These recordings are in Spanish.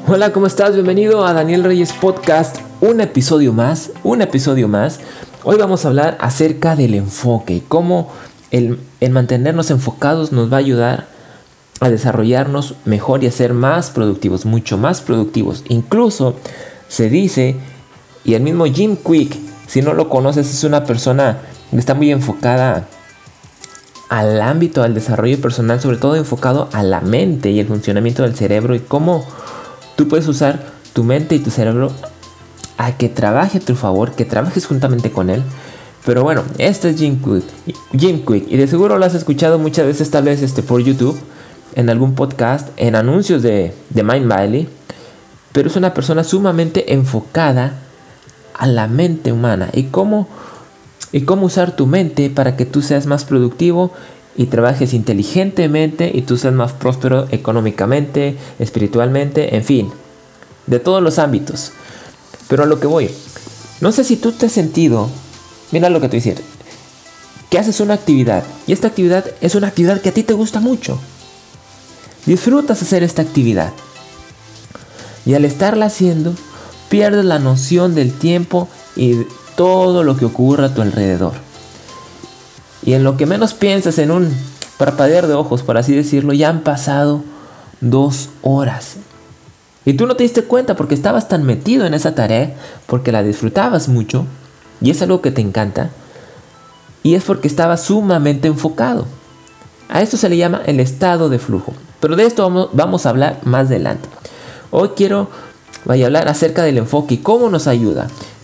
Hola, ¿cómo estás? Bienvenido a Daniel Reyes Podcast, un episodio más. Hoy vamos a hablar acerca del enfoque y cómo el mantenernos enfocados nos va a ayudar a desarrollarnos mejor y a ser más productivos, mucho más productivos. Incluso se dice, y el mismo Jim Kwik, si no lo conoces, es una persona que está muy enfocada al ámbito del desarrollo personal, sobre todo enfocado a la mente y el funcionamiento del cerebro y cómo tú puedes usar tu mente y tu cerebro a que trabaje a tu favor, que trabajes juntamente con él. Pero bueno, este es Jim Kwik, y de seguro lo has escuchado muchas veces, tal vez por YouTube, en algún podcast, en anuncios de Mindvalley. Pero es una persona sumamente enfocada a la mente humana y cómo usar tu mente para que tú seas más productivo y trabajes inteligentemente y tú seas más próspero económicamente, espiritualmente, en fin, de todos los ámbitos. Pero a lo que voy, no sé si tú te has sentido, mira lo que te voy a decir, que haces una actividad y esta actividad es una actividad que a ti te gusta mucho. Disfrutas hacer esta actividad y al estarla haciendo pierdes la noción del tiempo y todo lo que ocurre a tu alrededor. Y en lo que menos piensas, en un parpadear de ojos, por así decirlo, ya han pasado 2 horas. Y tú no te diste cuenta porque estabas tan metido en esa tarea, porque la disfrutabas mucho, y es algo que te encanta, y es porque estabas sumamente enfocado. A esto se le llama el estado de flujo. Pero de esto vamos a hablar más adelante. Hoy voy a hablar acerca del enfoque y cómo nos ayuda.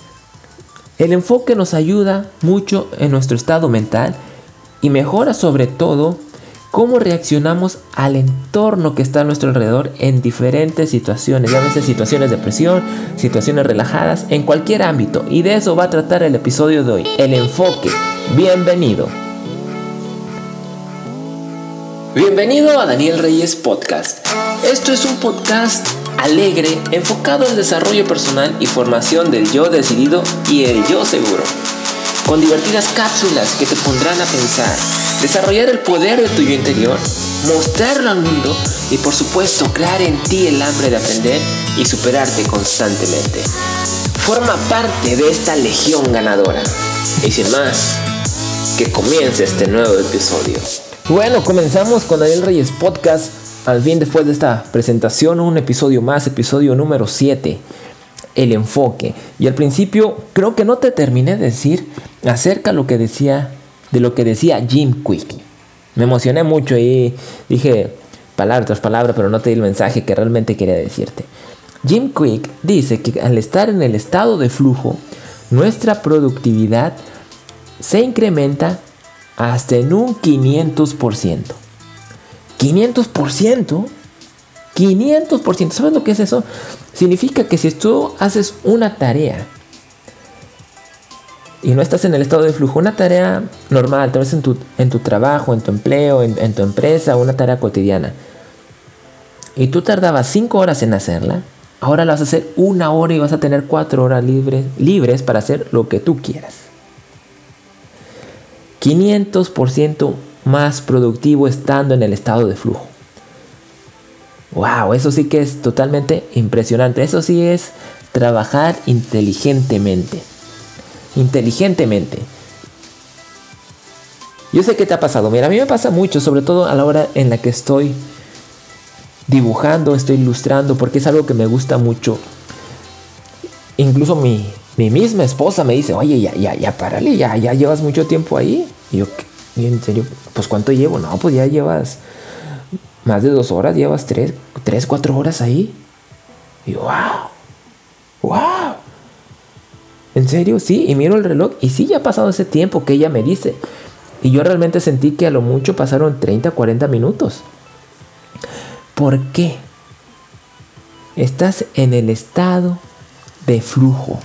El enfoque nos ayuda mucho en nuestro estado mental y mejora sobre todo cómo reaccionamos al entorno que está a nuestro alrededor en diferentes situaciones, ya veces situaciones de presión, situaciones relajadas, en cualquier ámbito. Y de eso va a tratar el episodio de hoy, el enfoque. Bienvenido. Bienvenido a Daniel Reyes Podcast. Esto es un podcast alegre, enfocado en desarrollo personal y formación del yo decidido y el yo seguro. Con divertidas cápsulas que te pondrán a pensar, desarrollar el poder de tu yo interior, mostrarlo al mundo y por supuesto crear en ti el hambre de aprender y superarte constantemente. Forma parte de esta legión ganadora. Y sin más, que comience este nuevo episodio. Bueno, comenzamos con Daniel Reyes Podcast. Al fin, después de esta presentación, un episodio más, episodio número 7, el enfoque. Y al principio creo que no te terminé de decir acerca de lo que decía Jim Kwik. Me emocioné mucho y dije palabra tras palabra, pero no te di el mensaje que realmente quería decirte. Jim Kwik dice que al estar en el estado de flujo, nuestra productividad se incrementa hasta en un 500%. 500%. 500%. ¿Sabes lo que es eso? Significa que si tú haces una tarea y no estás en el estado de flujo, una tarea normal, tal vez en tu trabajo, en tu empleo, en tu empresa, una tarea cotidiana, y tú tardabas 5 horas en hacerla, ahora la vas a hacer 1 hora y vas a tener 4 horas libres para hacer lo que tú quieras. 500% más productivo estando en el estado de flujo. Wow, eso sí que es totalmente impresionante. Eso sí es trabajar inteligentemente. Yo sé que te ha pasado. Mira, a mí me pasa mucho, sobre todo a la hora en la que estoy dibujando, estoy ilustrando, porque es algo que me gusta mucho. Incluso mi misma esposa me dice, oye, ya párale, ya llevas mucho tiempo ahí. Y yo, en serio, pues ¿cuánto llevo? No, pues ya llevas más de 2 horas, llevas 4 horas ahí. Y yo, wow. ¿En serio? Sí, y miro el reloj y sí, ya ha pasado ese tiempo que ella me dice. Y yo realmente sentí que a lo mucho pasaron 30, 40 minutos. ¿Por qué? Estás en el estado de flujo.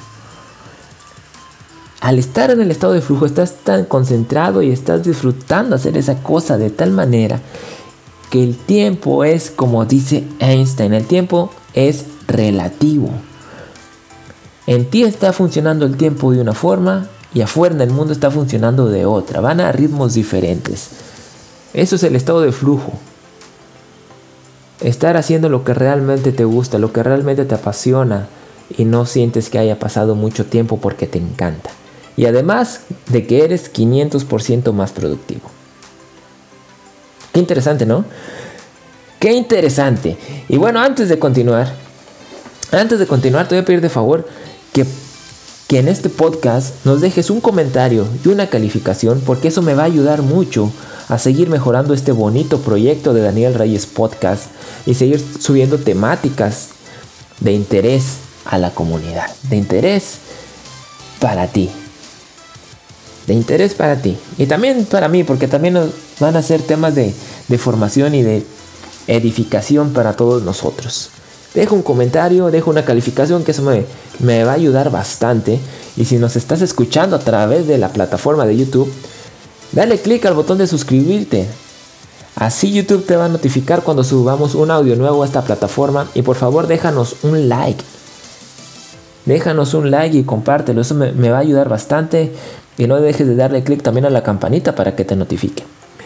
Al estar en el estado de flujo estás tan concentrado y estás disfrutando hacer esa cosa de tal manera que el tiempo es, como dice Einstein, el tiempo es relativo. En ti está funcionando el tiempo de una forma y afuera en el mundo está funcionando de otra. Van a ritmos diferentes. Eso es el estado de flujo. estar haciendo lo que realmente te gusta, lo que realmente te apasiona y no sientes que haya pasado mucho tiempo porque te encanta. Y además de que eres 500% más productivo. Qué interesante, ¿no? Qué interesante. Y bueno, antes de continuar, te voy a pedir de favor que en este podcast nos dejes un comentario y una calificación, porque eso me va a ayudar mucho a seguir mejorando este bonito proyecto de Daniel Reyes Podcast y seguir subiendo temáticas de interés a la comunidad, de interés para ti. De interés para ti y también para mí, porque también nos van a ser temas de formación y de edificación para todos nosotros. Deja un comentario, deja una calificación, que eso me va a ayudar bastante. Y si nos estás escuchando a través de la plataforma de YouTube, dale click al botón de suscribirte. Así YouTube te va a notificar cuando subamos un audio nuevo a esta plataforma. Y por favor déjanos un like. Déjanos un like y compártelo, eso me va a ayudar bastante. Y no dejes de darle click también a la campanita para que te notifique.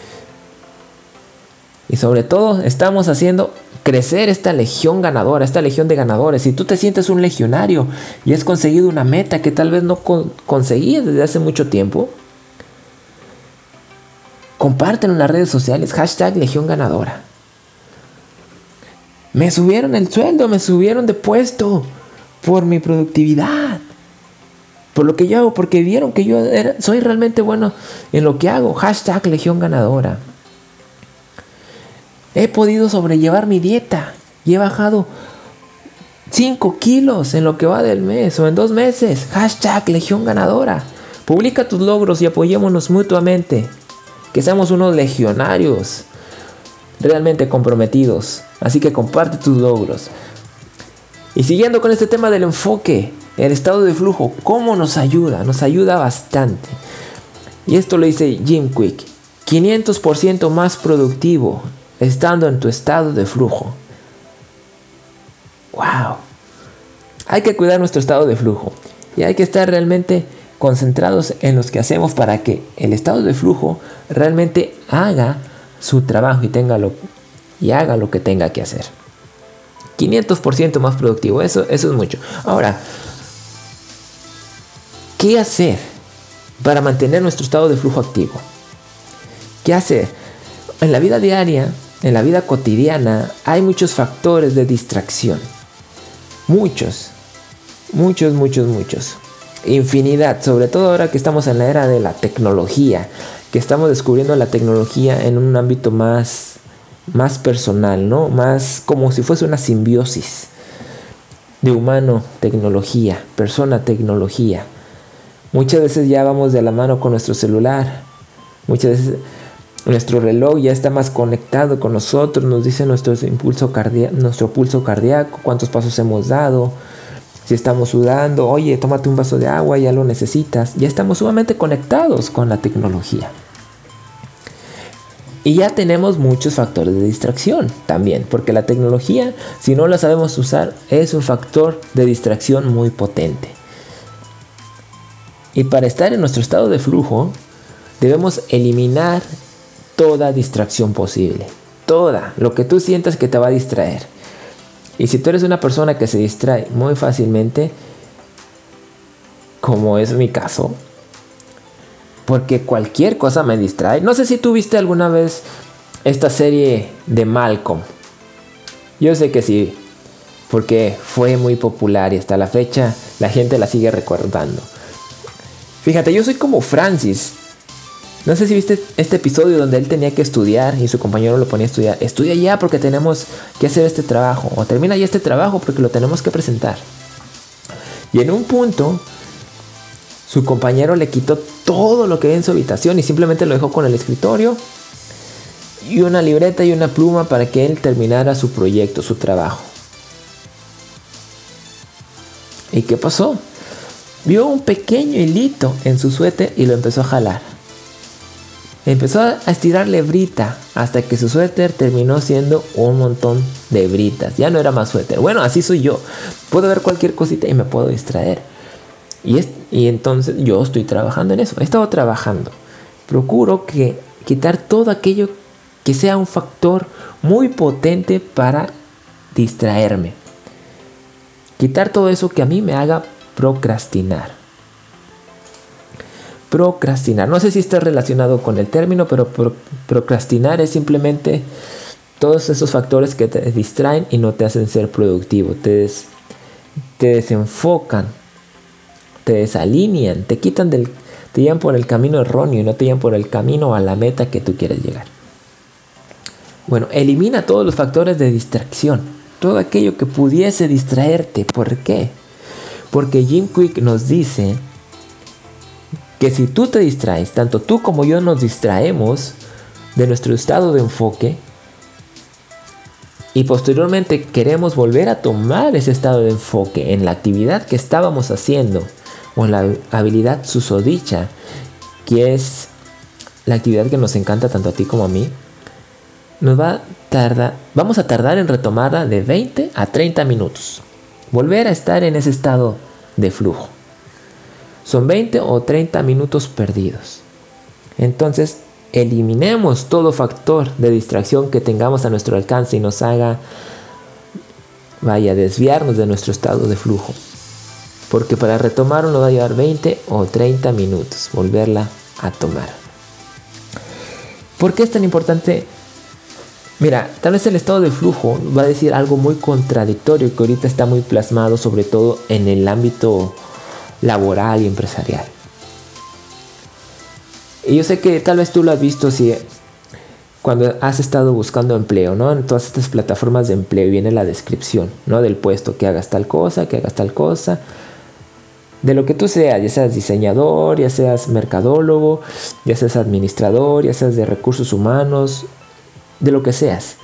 Y sobre todo estamos haciendo crecer esta legión ganadora, esta legión de ganadores. Si tú te sientes un legionario y has conseguido una meta que tal vez no conseguías desde hace mucho tiempo, compártelo en las redes sociales, hashtag legión ganadora. Me subieron el sueldo, me subieron de puesto por mi productividad, por lo que yo hago, porque vieron que yo soy realmente bueno en lo que hago. Hashtag legión ganadora. He podido sobrellevar mi dieta y he bajado 5 kilos en lo que va del mes o en 2 meses. Hashtag legión ganadora. Publica tus logros y apoyémonos mutuamente. Que seamos unos legionarios realmente comprometidos. Así que comparte tus logros. Y siguiendo con este tema del enfoque, el estado de flujo, ¿cómo nos ayuda? Nos ayuda bastante. Y esto lo dice Jim Kwik. 500% más productivo estando en tu estado de flujo. ¡Wow! Hay que cuidar nuestro estado de flujo. Y hay que estar realmente concentrados en lo que hacemos para que el estado de flujo realmente haga su trabajo y haga lo que tenga que hacer. 500% más productivo. Eso es mucho. Ahora, ¿qué hacer para mantener nuestro estado de flujo activo? ¿Qué hacer? En la vida diaria, en la vida cotidiana, hay muchos factores de distracción. Muchos. Infinidad. Sobre todo ahora que estamos en la era de la tecnología. Que estamos descubriendo la tecnología en un ámbito más personal, ¿no? Más como si fuese una simbiosis de humano-tecnología, persona-tecnología. Muchas veces ya vamos de la mano con nuestro celular. Muchas veces nuestro reloj ya está más conectado con nosotros. Nos dice nuestro pulso cardíaco, cuántos pasos hemos dado, si estamos sudando. Oye, tómate un vaso de agua, ya lo necesitas. Ya estamos sumamente conectados con la tecnología. Y ya tenemos muchos factores de distracción también, porque la tecnología, si no la sabemos usar, es un factor de distracción muy potente. Y para estar en nuestro estado de flujo, debemos eliminar toda distracción posible. Toda, lo que tú sientas que te va a distraer. Y si tú eres una persona que se distrae muy fácilmente, como es mi caso, porque cualquier cosa me distrae. No sé si tú viste alguna vez esta serie de Malcolm. Yo sé que sí, porque fue muy popular y hasta la fecha la gente la sigue recordando. Fíjate, yo soy como Francis. No sé si viste este episodio donde él tenía que estudiar y su compañero lo ponía a estudiar. Estudia ya porque tenemos que hacer este trabajo. O termina ya este trabajo porque lo tenemos que presentar. Y en un punto, su compañero le quitó todo lo que había en su habitación y simplemente lo dejó con el escritorio y una libreta y una pluma para que él terminara su proyecto, su trabajo. ¿Y qué pasó? Vio un pequeño hilito en su suéter y lo empezó a jalar. Empezó a estirarle brita hasta que su suéter terminó siendo un montón de britas. Ya no era más suéter. Bueno, así soy yo. Puedo ver cualquier cosita y me puedo distraer. Y entonces yo estoy trabajando en eso. He estado trabajando. Procuro quitar todo aquello que sea un factor muy potente para distraerme. Quitar todo eso que a mí me haga procrastinar. Procrastinar. No sé si está relacionado con el término, pero procrastinar es simplemente todos esos factores que te distraen y no te hacen ser productivo. Te desenfocan, te desalinean, te llevan por el camino erróneo y no te llevan por el camino a la meta que tú quieres llegar. Bueno, elimina todos los factores de distracción. Todo aquello que pudiese distraerte. ¿Por qué? Porque Jim Kwik nos dice que si tú te distraes, tanto tú como yo nos distraemos de nuestro estado de enfoque y posteriormente queremos volver a tomar ese estado de enfoque en la actividad que estábamos haciendo o en la habilidad susodicha, que es la actividad que nos encanta tanto a ti como a mí, vamos a tardar en retomarla de 20 a 30 minutos. Volver a estar en ese estado de flujo. Son 20 o 30 minutos perdidos. Entonces, eliminemos todo factor de distracción que tengamos a nuestro alcance y nos haga desviarnos de nuestro estado de flujo. Porque para retomarlo nos va a llevar 20 o 30 minutos volverla a tomar. ¿Por qué es tan importante? Mira, tal vez el estado de flujo va a decir algo muy contradictorio que ahorita está muy plasmado, sobre todo en el ámbito laboral y empresarial. Y yo sé que tal vez tú lo has visto cuando has estado buscando empleo, ¿no? En todas estas plataformas de empleo viene la descripción, ¿no? Del puesto, que hagas tal cosa, de lo que tú seas, ya seas diseñador, ya seas mercadólogo, ya seas administrador, ya seas de recursos humanos, de lo que seas.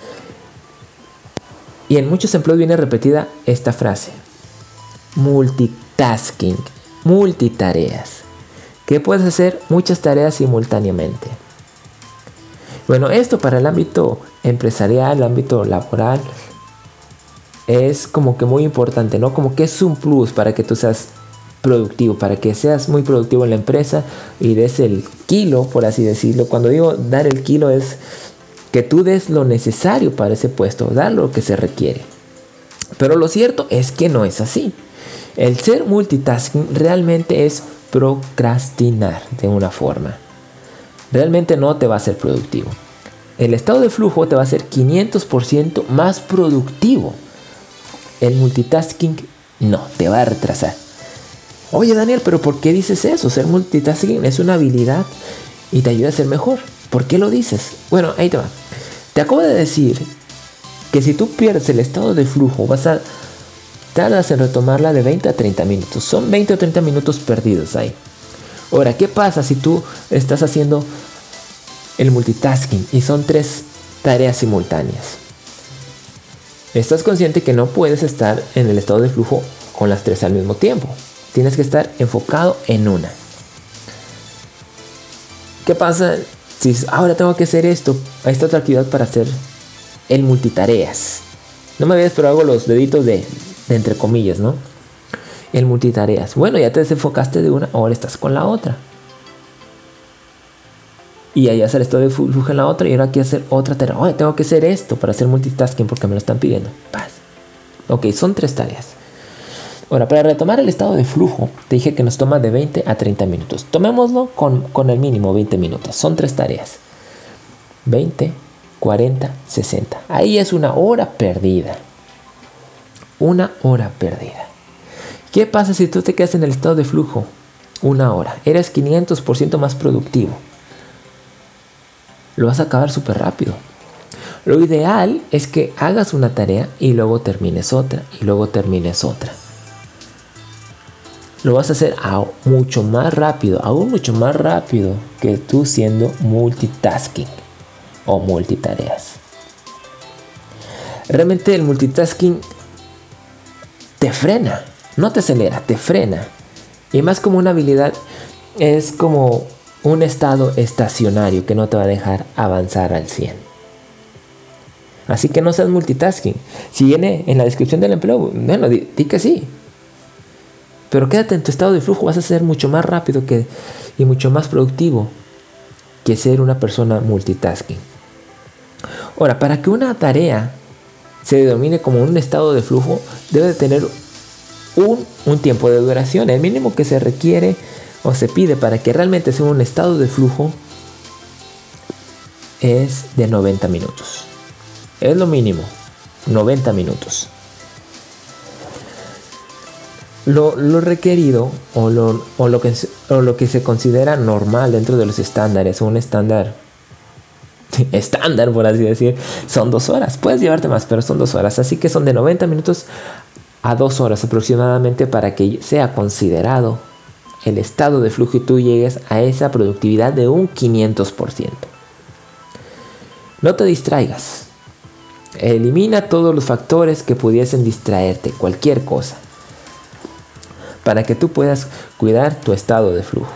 Y en muchos empleos viene repetida esta frase: multitasking, multitareas, que puedes hacer muchas tareas simultáneamente. Bueno, esto para el ámbito empresarial, el ámbito laboral, es como que muy importante, ¿no? Como que es un plus para que tú seas productivo, para que seas muy productivo en la empresa y des el kilo, por así decirlo. Cuando digo dar el kilo es que tú des lo necesario para ese puesto, dar lo que se requiere. Pero lo cierto es que no es así. El ser multitasking realmente es procrastinar de una forma. Realmente no te va a hacer productivo. El estado de flujo te va a hacer 500% más productivo. El multitasking no, te va a retrasar. Oye Daniel, pero ¿por qué dices eso? Ser multitasking es una habilidad y te ayuda a ser mejor. ¿Por qué lo dices? Bueno, ahí te va. Te acabo de decir que si tú pierdes el estado de flujo, tardas en retomarla de 20 a 30 minutos. Son 20 o 30 minutos perdidos ahí. Ahora, ¿qué pasa si tú estás haciendo el multitasking y son 3 tareas simultáneas? Estás consciente que no puedes estar en el estado de flujo con las 3 al mismo tiempo. Tienes que estar enfocado en una. ¿Qué pasa si ahora tengo que hacer esta otra actividad para hacer el multitareas? No me veas, pero hago los deditos de entre comillas, ¿no? El multitareas. Bueno, ya te desenfocaste de una, ahora estás con la otra. Y ahí hacer esto de flujo en la otra y ahora quiero hacer otra tarea. Oye, tengo que hacer esto para hacer multitasking porque me lo están pidiendo. Paz. Ok, son 3 tareas. Ahora, para retomar el estado de flujo, te dije que nos toma de 20 a 30 minutos. Tomémoslo con el mínimo 20 minutos. Son 3 tareas. 20, 40, 60. Ahí es una hora perdida. Una hora perdida. ¿Qué pasa si tú te quedas en el estado de flujo? Una hora. Eres 500% más productivo. Lo vas a acabar súper rápido. Lo ideal es que hagas una tarea y luego termines otra y luego termines otra. Lo vas a hacer mucho más rápido, aún mucho más rápido que tú siendo multitasking o multitareas. Realmente el multitasking te frena, no te acelera, te frena. Y más como una habilidad, es como un estado estacionario que no te va a dejar avanzar al 100. Así que no seas multitasking. Si viene en la descripción del empleo, bueno, di que sí. Pero quédate en tu estado de flujo, vas a ser mucho más rápido y mucho más productivo que ser una persona multitasking. Ahora, para que una tarea se denomine como un estado de flujo, debe de tener un tiempo de duración. El mínimo que se requiere o se pide para que realmente sea un estado de flujo es de 90 minutos. Es lo mínimo, 90 minutos. Lo requerido o lo que se considera normal dentro de los estándares, un estándar por así decir, son 2 horas. Puedes llevarte más, pero son 2 horas. Así que son de 90 minutos a 2 horas aproximadamente para que sea considerado el estado de flujo y tú llegues a esa productividad de un 500%. No te distraigas. Elimina todos los factores que pudiesen distraerte, cualquier cosa, para que tú puedas cuidar tu estado de flujo.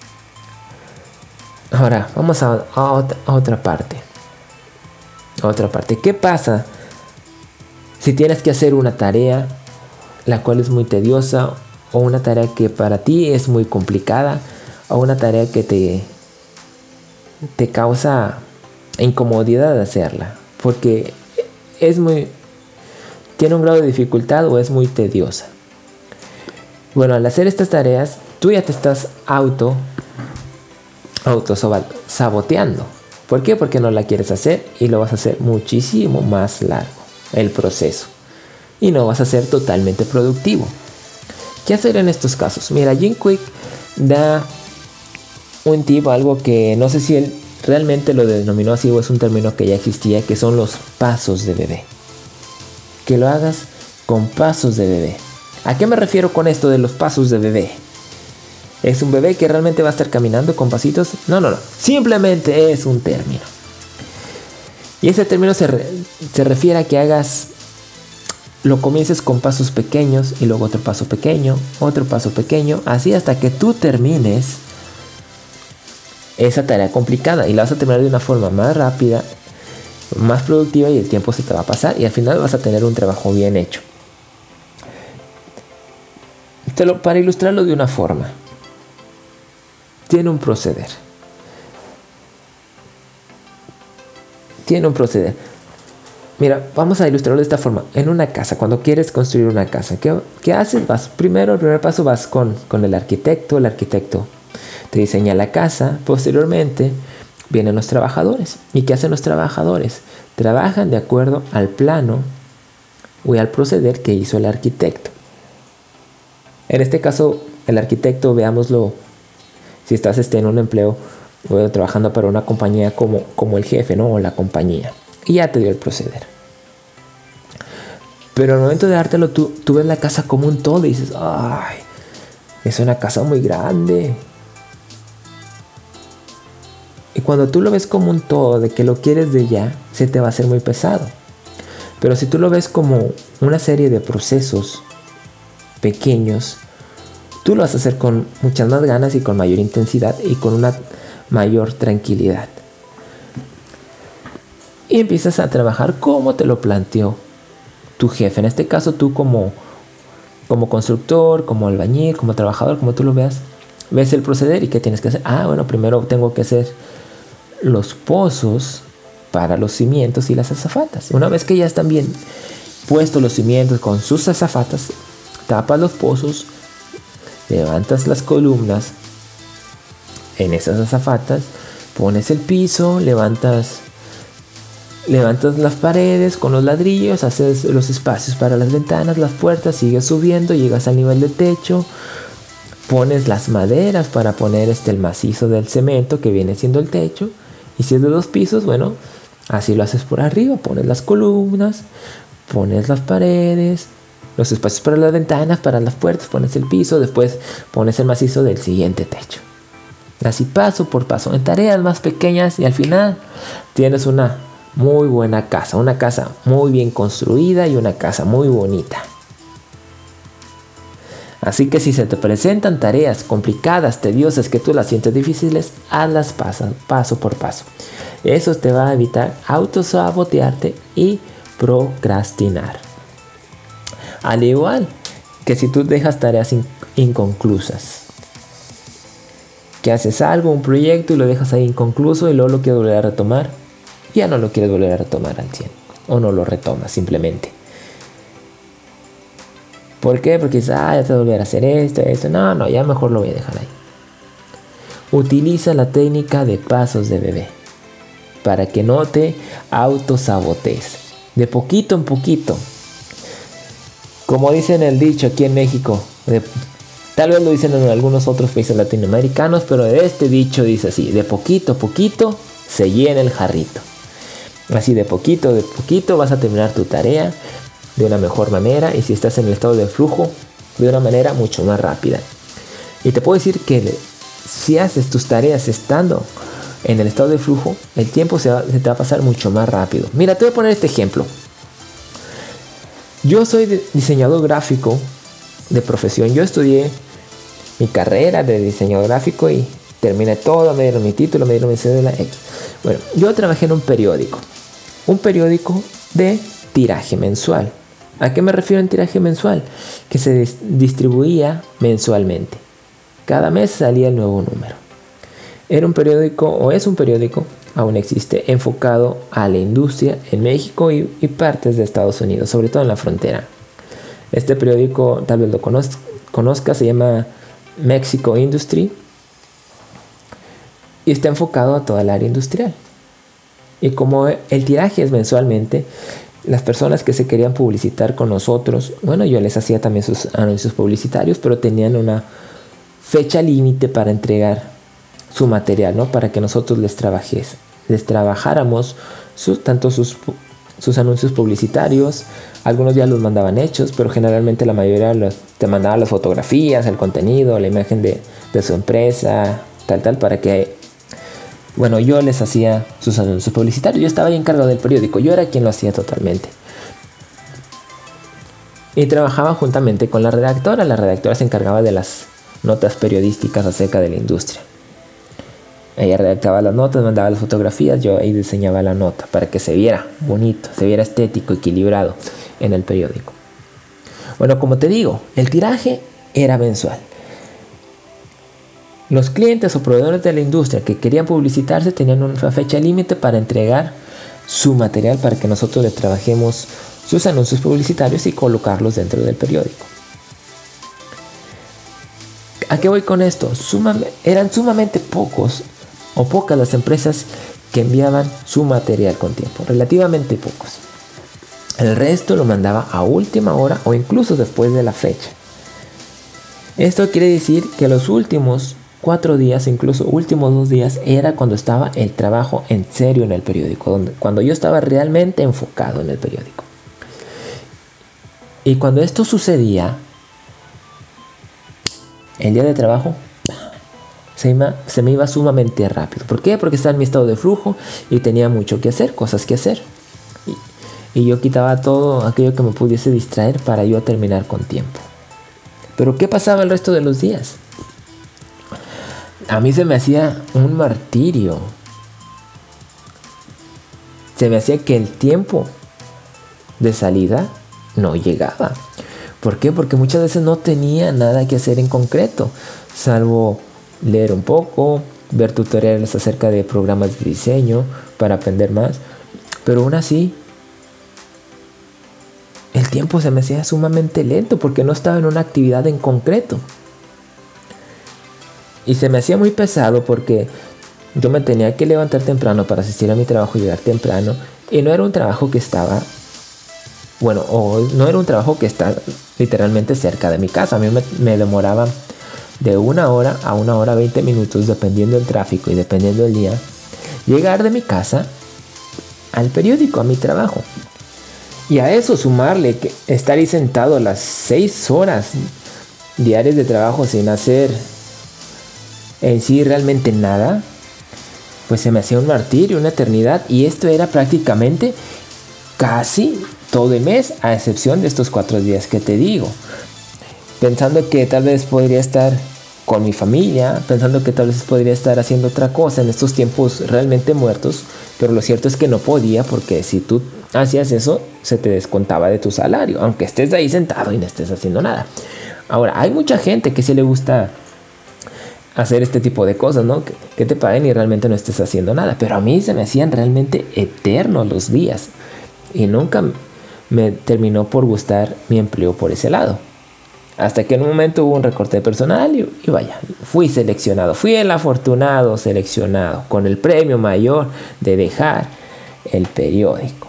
Ahora, vamos a otra parte. ¿Qué pasa si tienes que hacer una tarea la cual es muy tediosa, o una tarea que para ti es muy complicada, o una tarea que te causa incomodidad de hacerla, porque tiene un grado de dificultad o es muy tediosa? Bueno, al hacer estas tareas, tú ya te estás saboteando. ¿Por qué? Porque no la quieres hacer y lo vas a hacer muchísimo más largo el proceso y no vas a ser totalmente productivo. ¿Qué hacer en estos casos? Mira, Jim Kwik da un tip, algo que no sé si él realmente lo denominó así o es un término que ya existía, que son los pasos de bebé. Que lo hagas con pasos de bebé. ¿A qué me refiero con esto de los pasos de bebé? ¿Es un bebé que realmente va a estar caminando con pasitos? No. Simplemente es un término. Y ese término se refiere a que lo comiences con pasos pequeños y luego otro paso pequeño, así hasta que tú termines esa tarea complicada y la vas a terminar de una forma más rápida, más productiva, y el tiempo se te va a pasar y al final vas a tener un trabajo bien hecho. Para ilustrarlo de una forma, tiene un proceder. Mira, vamos a ilustrarlo de esta forma. En una casa, cuando quieres construir una casa, ¿qué haces? El primer paso vas con el arquitecto. El arquitecto te diseña la casa. Posteriormente vienen los trabajadores. ¿Y qué hacen los trabajadores? Trabajan de acuerdo al plano o al proceder que hizo el arquitecto. En este caso, el arquitecto, veámoslo, si estás en un empleo o trabajando para una compañía como el jefe, ¿no? O la compañía. Y ya te dio el proceder. Pero al momento de dártelo, tú ves la casa como un todo y dices, ¡ay! Es una casa muy grande. Y cuando tú lo ves como un todo, de que lo quieres de ya, se te va a hacer muy pesado. Pero si tú lo ves como una serie de procesos pequeños, tú lo vas a hacer con muchas más ganas y con mayor intensidad y con una mayor tranquilidad. Y empiezas a trabajar como te lo planteó tu jefe. En este caso tú como constructor, como albañil, como trabajador, como tú lo veas, ves el proceder y qué tienes que hacer. Bueno, primero tengo que hacer los pozos para los cimientos y las azafatas. Una vez que ya están bien puestos los cimientos con sus azafatas, tapas los pozos, levantas las columnas en esas azafatas, pones el piso, levantas las paredes con los ladrillos, haces los espacios para las ventanas, las puertas, sigues subiendo, llegas al nivel de techo, pones las maderas para poner el macizo del cemento que viene siendo el techo, y si es de 2 pisos, bueno, así lo haces por arriba, pones las columnas, pones las paredes, los espacios para las ventanas, para las puertas, pones el piso, después pones el macizo del siguiente techo. Así paso por paso, en tareas más pequeñas, y al final tienes una muy buena casa, una casa muy bien construida y una casa muy bonita. Así que si se te presentan tareas complicadas, tediosas, que tú las sientes difíciles, hazlas paso por paso. Eso te va a evitar autosabotearte y procrastinar. Al igual que si tú dejas tareas inconclusas. Que haces algo, un proyecto, y lo dejas ahí inconcluso y luego lo quieres volver a retomar. y ya no lo quieres volver a retomar al 100 o no lo retomas simplemente. ¿Por qué? Porque dices, ya te voy a volver a hacer esto. No, ya mejor lo voy a dejar ahí. Utiliza la técnica de pasos de bebé para que no te autosabotees. De poquito en poquito. Como dicen el dicho aquí en México, tal vez lo dicen en algunos otros países latinoamericanos, pero este dicho dice así: de poquito a poquito se llena el jarrito. Así de poquito vas a terminar tu tarea de una mejor manera, y si estás en el estado de flujo, de una manera mucho más rápida. Y te puedo decir que si haces tus tareas estando en el estado de flujo, el tiempo se te va a pasar mucho más rápido. Mira, te voy a poner este ejemplo. Yo soy diseñador gráfico de profesión. Yo estudié mi carrera de diseñador gráfico y terminé todo, me dieron mi título, me dieron mi cédula X. Bueno, yo trabajé en un periódico de tiraje mensual. ¿A qué me refiero en tiraje mensual? Que se distribuía mensualmente. Cada mes salía el nuevo número. Era un periódico, o es un periódico, aún existe, enfocado a la industria en México y partes de Estados Unidos, sobre todo en la frontera. Este periódico, tal vez lo conozca, se llama Mexico Industry y está enfocado a toda el área industrial. Y como el tiraje es mensualmente, las personas que se querían publicitar con nosotros, bueno, yo les hacía también sus anuncios publicitarios, pero tenían una fecha límite para entregar su material, ¿no? Para que nosotros les trabajáramos tanto sus anuncios publicitarios. Algunos ya los mandaban hechos, pero generalmente la mayoría te mandaba las fotografías, el contenido, la imagen de su empresa, tal, para que, bueno, yo les hacía sus anuncios publicitarios. Yo estaba ahí encargado del periódico, yo era quien lo hacía totalmente. Y trabajaba juntamente con la redactora. La redactora se encargaba de las notas periodísticas acerca de la industria. Ella redactaba las notas, mandaba las fotografías, yo ahí diseñaba la nota para que se viera bonito, se viera estético, equilibrado en el periódico. Bueno, como te digo, el tiraje era mensual. Los clientes o proveedores de la industria que querían publicitarse tenían una fecha límite para entregar su material para que nosotros les trabajemos sus anuncios publicitarios y colocarlos dentro del periódico. ¿A qué voy con esto? Eran sumamente pocas las empresas que enviaban su material con tiempo, relativamente pocos. El resto lo mandaba a última hora o incluso después de la fecha. Esto quiere decir que los últimos 4 días, incluso últimos 2 días, era cuando estaba el trabajo en serio en el periódico, cuando yo estaba realmente enfocado en el periódico. Y cuando esto sucedía, el día de trabajo se me iba sumamente rápido. ¿Por qué? Porque estaba en mi estado de flujo y tenía mucho que hacer, cosas que hacer. Y yo quitaba todo aquello que me pudiese distraer para yo terminar con tiempo. Pero ¿qué pasaba el resto de los días? A mí se me hacía un martirio. Se me hacía que el tiempo de salida no llegaba. ¿Por qué? Porque muchas veces no tenía nada que hacer en concreto, salvo leer un poco, ver tutoriales acerca de programas de diseño para aprender más. Pero aún así, el tiempo se me hacía sumamente lento porque no estaba en una actividad en concreto. Y se me hacía muy pesado porque yo me tenía que levantar temprano para asistir a mi trabajo y llegar temprano. Y no era un trabajo que estaba... Bueno, no era un trabajo que está literalmente cerca de mi casa. A mí me demoraba de 1 hora a 1 hora 20 minutos, dependiendo del tráfico y dependiendo del día, llegar de mi casa al periódico, a mi trabajo. Y a eso sumarle que estar ahí sentado las 6 horas diarias de trabajo sin hacer en sí realmente nada, pues se me hacía un martirio, una eternidad. Y esto era prácticamente casi todo el mes, a excepción de estos 4 días que te digo. Pensando que tal vez podría estar con mi familia, pensando que tal vez podría estar haciendo otra cosa en estos tiempos realmente muertos, pero lo cierto es que no podía, porque si tú hacías eso, se te descontaba de tu salario, aunque estés ahí sentado y no estés haciendo nada. Ahora, hay mucha gente que sí le gusta hacer este tipo de cosas, ¿no? Que te paguen y realmente no estés haciendo nada. Pero a mí se me hacían realmente eternos los días. Y nunca me terminó por gustar mi empleo por ese lado. Hasta que en un momento hubo un recorte de personal y vaya, fui seleccionado. Fui el afortunado seleccionado con el premio mayor de dejar el periódico.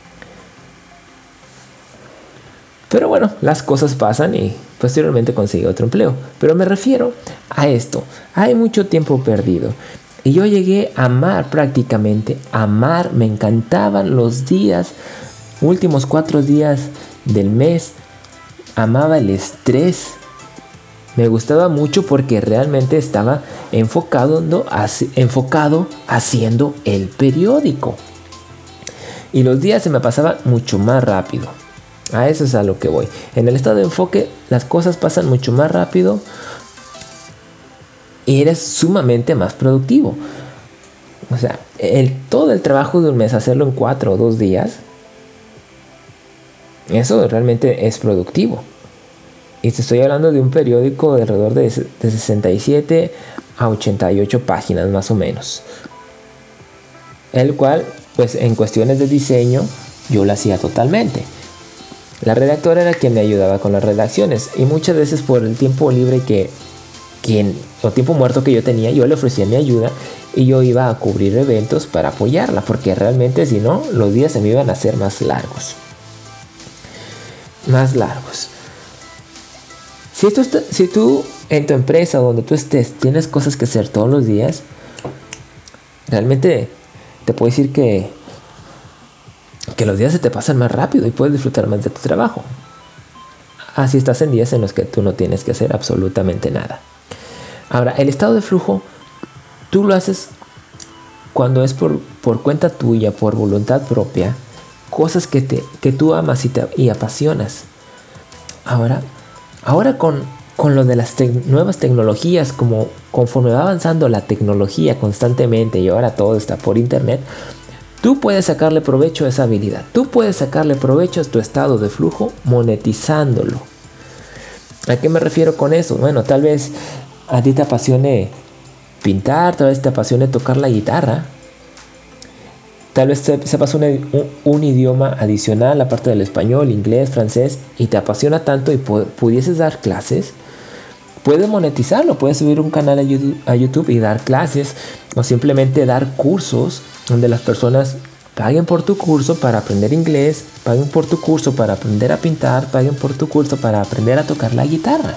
Pero bueno, las cosas pasan y posteriormente conseguí otro empleo. Pero me refiero a esto. Hay mucho tiempo perdido. Y yo llegué a amar prácticamente. Amar, me encantaban los días, últimos 4 días del mes. Amaba el estrés. Me gustaba mucho porque realmente estaba enfocado haciendo el periódico. Y los días se me pasaban mucho más rápido. A eso es a lo que voy. En el estado de enfoque las cosas pasan mucho más rápido y eres sumamente más productivo. O sea, todo el trabajo de un mes, hacerlo en 4 o 2 días, eso realmente es productivo. Y te estoy hablando de un periódico de alrededor de 67 a 88 páginas más o menos. El cual, pues en cuestiones de diseño, yo lo hacía totalmente. La redactora era quien me ayudaba con las redacciones y muchas veces por el tiempo libre o tiempo muerto que yo tenía, yo le ofrecía mi ayuda y yo iba a cubrir eventos para apoyarla, porque realmente si no, los días se me iban a hacer más largos. Si tú en tu empresa donde tú estés tienes cosas que hacer todos los días, realmente te puedo decir que los días se te pasan más rápido y puedes disfrutar más de tu trabajo. Así estás en días en los que tú no tienes que hacer absolutamente nada. Ahora, el estado de flujo, tú lo haces cuando es por cuenta tuya, por voluntad propia, cosas que tú amas y apasionas. Ahora con lo de las nuevas tecnologías, como conforme va avanzando la tecnología constantemente y ahora todo está por internet, tú puedes sacarle provecho a esa habilidad. Tú puedes sacarle provecho a tu estado de flujo monetizándolo. ¿A qué me refiero con eso? Bueno, tal vez a ti te apasione pintar, tal vez te apasione tocar la guitarra. Tal vez sepas un idioma adicional aparte del español, inglés, francés, y te apasiona tanto y pudieses dar clases. Puedes monetizarlo, puedes subir un canal a YouTube y dar clases o simplemente dar cursos donde las personas paguen por tu curso para aprender inglés, paguen por tu curso para aprender a pintar, paguen por tu curso para aprender a tocar la guitarra.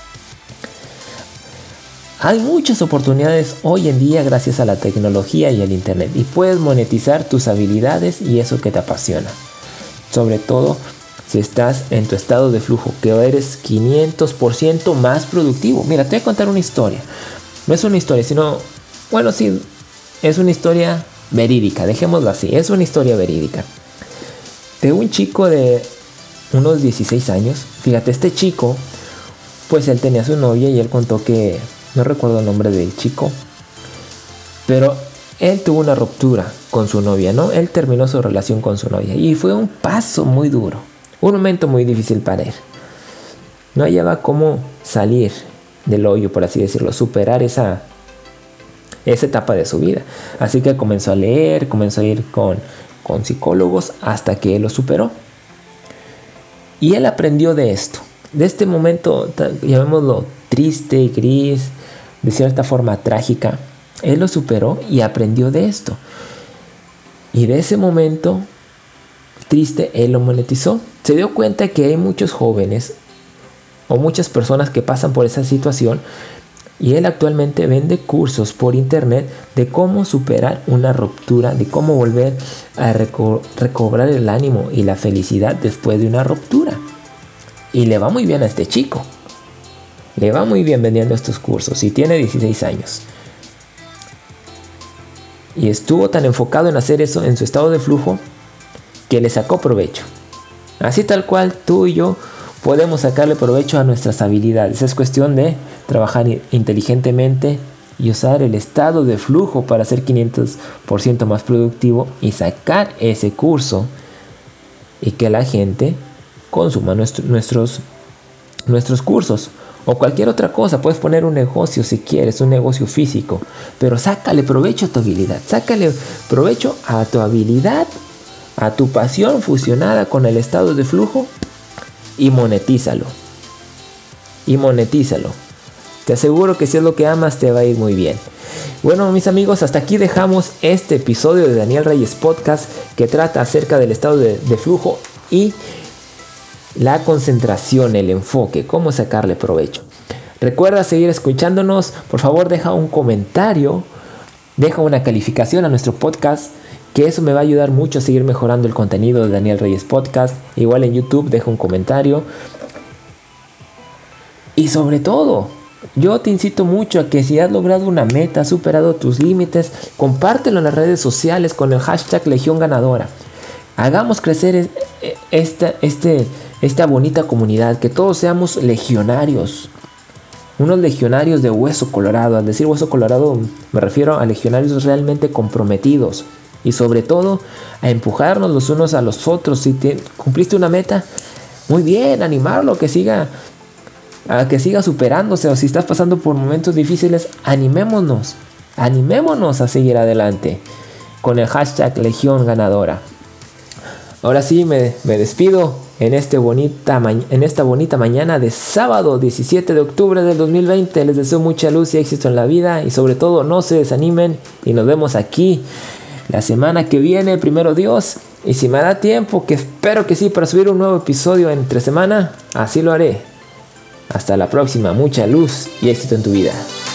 Hay muchas oportunidades hoy en día gracias a la tecnología y al internet y puedes monetizar tus habilidades y eso que te apasiona. Sobre todo si estás en tu estado de flujo, que eres 500% más productivo. Mira, te voy a contar una historia. No es una historia, sino, bueno, sí, es una historia verídica, dejémoslo así, es una historia verídica. De un chico de unos 16 años, fíjate, este chico, pues él tenía su novia y él contó que, no recuerdo el nombre del chico, pero él tuvo una ruptura con su novia, ¿no? Él terminó su relación con su novia y fue un paso muy duro, un momento muy difícil para él. No hallaba cómo salir del hoyo, por así decirlo, superar esa etapa de su vida. Así que comenzó a leer, comenzó a ir con psicólogos hasta que él lo superó. Y él aprendió de esto, de este momento, llamémoslo triste, gris, de cierta forma trágica. Él lo superó y aprendió de esto. Y de ese momento triste, él lo monetizó. Se dio cuenta que hay muchos jóvenes o muchas personas que pasan por esa situación y él actualmente vende cursos por internet de cómo superar una ruptura, de cómo volver a recobrar el ánimo y la felicidad después de una ruptura. Y le va muy bien a este chico. Le va muy bien vendiendo estos cursos y tiene 16 años. Y estuvo tan enfocado en hacer eso en su estado de flujo que le sacó provecho. Así tal cual tú y yo podemos sacarle provecho a nuestras habilidades. Es cuestión de trabajar inteligentemente y usar el estado de flujo para ser 500% más productivo y sacar ese curso y que la gente consuma nuestros cursos. o cualquier otra cosa. Puedes poner un negocio si quieres, un negocio físico, pero sácale provecho a tu habilidad, sácale provecho a tu habilidad, a tu pasión fusionada con el estado de flujo y monetízalo. Te aseguro que si es lo que amas te va a ir muy bien. Bueno, mis amigos, hasta aquí dejamos este episodio de Daniel Reyes Podcast, que trata acerca del estado de flujo y la concentración, el enfoque, cómo sacarle provecho. Recuerda seguir escuchándonos. Por favor, deja un comentario, deja una calificación a nuestro podcast, que eso me va a ayudar mucho a seguir mejorando el contenido de Daniel Reyes Podcast. Igual en YouTube deja un comentario. Y sobre todo, yo te incito mucho a que si has logrado una meta, has superado tus límites, compártelo en las redes sociales con el hashtag Legión Ganadora. Hagamos crecer esta bonita comunidad, que todos seamos legionarios. Unos legionarios de hueso colorado. Al decir hueso colorado me refiero a legionarios realmente comprometidos. Y sobre todo a empujarnos los unos a los otros. Si cumpliste una meta, muy bien, animarlo a que siga superándose. O si estás pasando por momentos difíciles, animémonos a seguir adelante con el hashtag Legión Ganadora. Ahora sí me despido en esta bonita mañana de sábado 17 de octubre del 2020. Les deseo mucha luz y éxito en la vida, y sobre todo no se desanimen, y nos vemos aquí la semana que viene, primero Dios. Y si me da tiempo, que espero que sí, para subir un nuevo episodio entre semana, así lo haré. Hasta la próxima, mucha luz y éxito en tu vida.